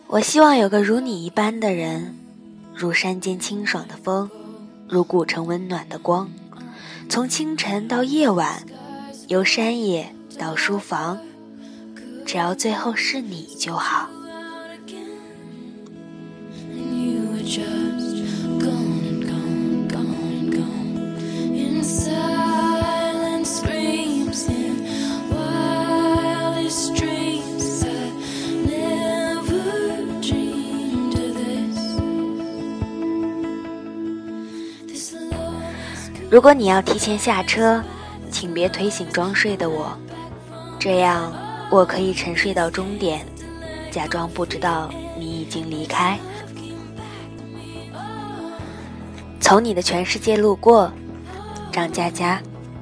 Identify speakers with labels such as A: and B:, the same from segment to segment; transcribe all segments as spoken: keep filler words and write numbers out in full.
A: 我希望有个如你一般的人，如山间清爽的风，如古城温暖的光，从清晨到夜晚，由山野到书房，只要最后是你就好。如果你要提前下车，请别推醒装睡的我，这样我可以沉睡到终点，假装不知道你已经离开。从你的全世界路过，张嘉佳。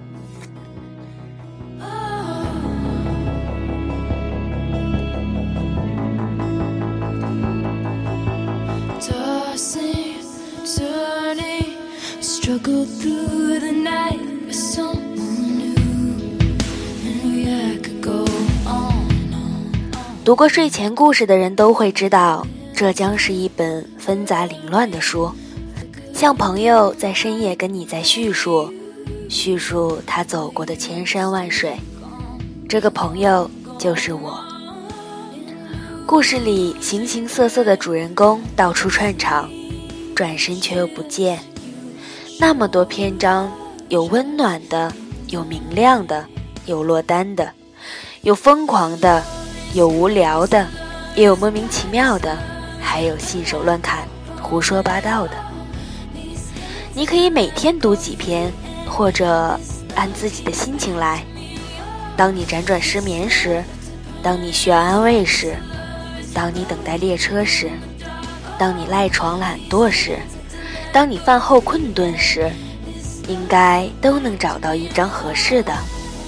B: Struggle through the night with someone new, and I could go on and on.
A: 读过睡前故事的人都会知道，这将是一本纷杂凌乱的书，像朋友在深夜跟你在叙述，叙述他走过的千山万水。这个朋友就是我。故事里形形色色的主人公到处串场，转身却又不见。那么多篇章，有温暖的，有明亮的，有落单的，有疯狂的，有无聊的，也有莫名其妙的，还有信手乱砍胡说八道的。你可以每天读几篇，或者按自己的心情来。当你辗转失眠时，当你需要安慰时，当你等待列车时，当你赖床懒惰时，当你饭后困顿时，应该都能找到一张合适的。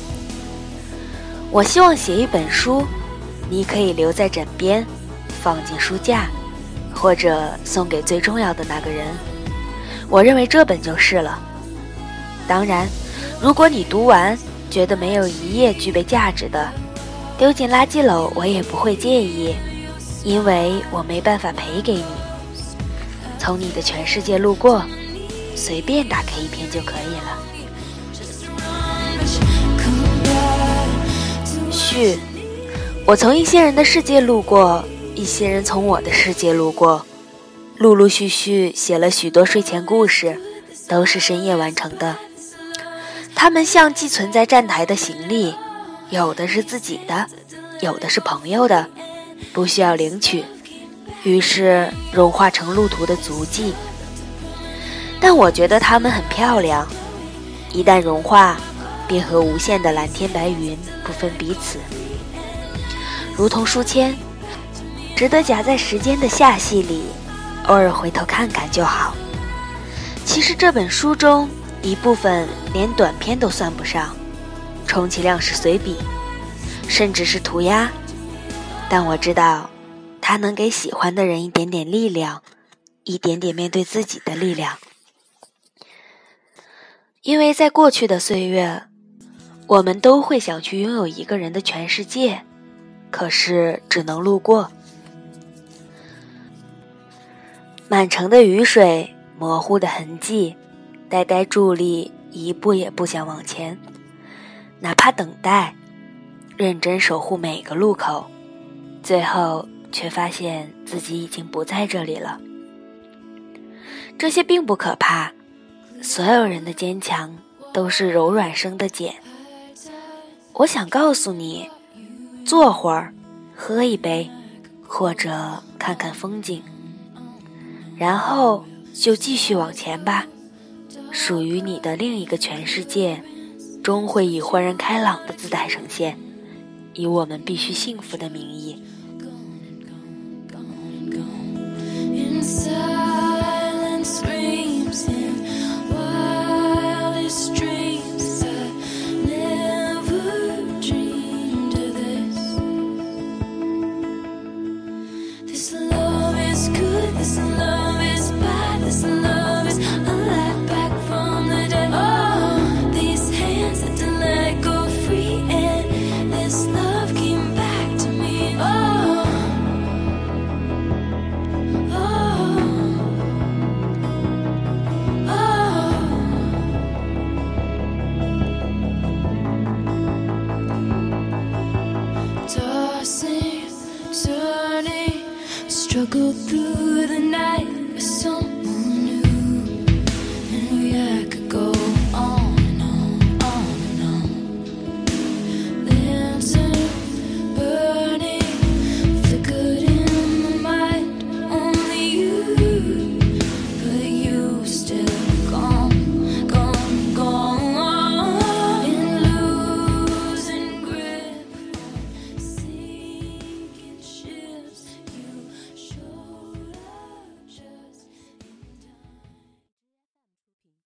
A: 我希望写一本书，你可以留在枕边，放进书架，或者送给最重要的那个人。我认为这本就是了。当然，如果你读完觉得没有一页具备价值的，丢进垃圾篓我也不会介意，因为我没办法赔给你。从你的全世界路过，随便打开一篇就可以了。序，我从一些人的世界路过，一些人从我的世界路过，陆陆续续写了许多睡前故事，都是深夜完成的。他们像寄存在站台的行李，有的是自己的，有的是朋友的，不需要领取，于是融化成路途的足迹。但我觉得它们很漂亮，一旦融化，便和无限的蓝天白云不分彼此，如同书签，值得夹在时间的罅隙里，偶尔回头看看就好。其实这本书中一部分连短篇都算不上，充其量是随笔，甚至是涂鸦，但我知道它能给喜欢的人一点点力量，一点点面对自己的力量。因为在过去的岁月，我们都会想去拥有一个人的全世界，可是只能路过。满城的雨水，模糊的痕迹，呆呆伫立，一步也不想往前，哪怕等待，认真守护每个路口，最后却发现自己已经不在这里了。这些并不可怕，所有人的坚强都是柔软生的茧。我想告诉你，坐会儿，喝一杯，或者看看风景，然后就继续往前吧。属于你的另一个全世界，终会以豁然开朗的姿态呈现，以我们必须幸福的名义。
B: Let go free and this love came back to me. Oh tossing, turning, struggle through the night.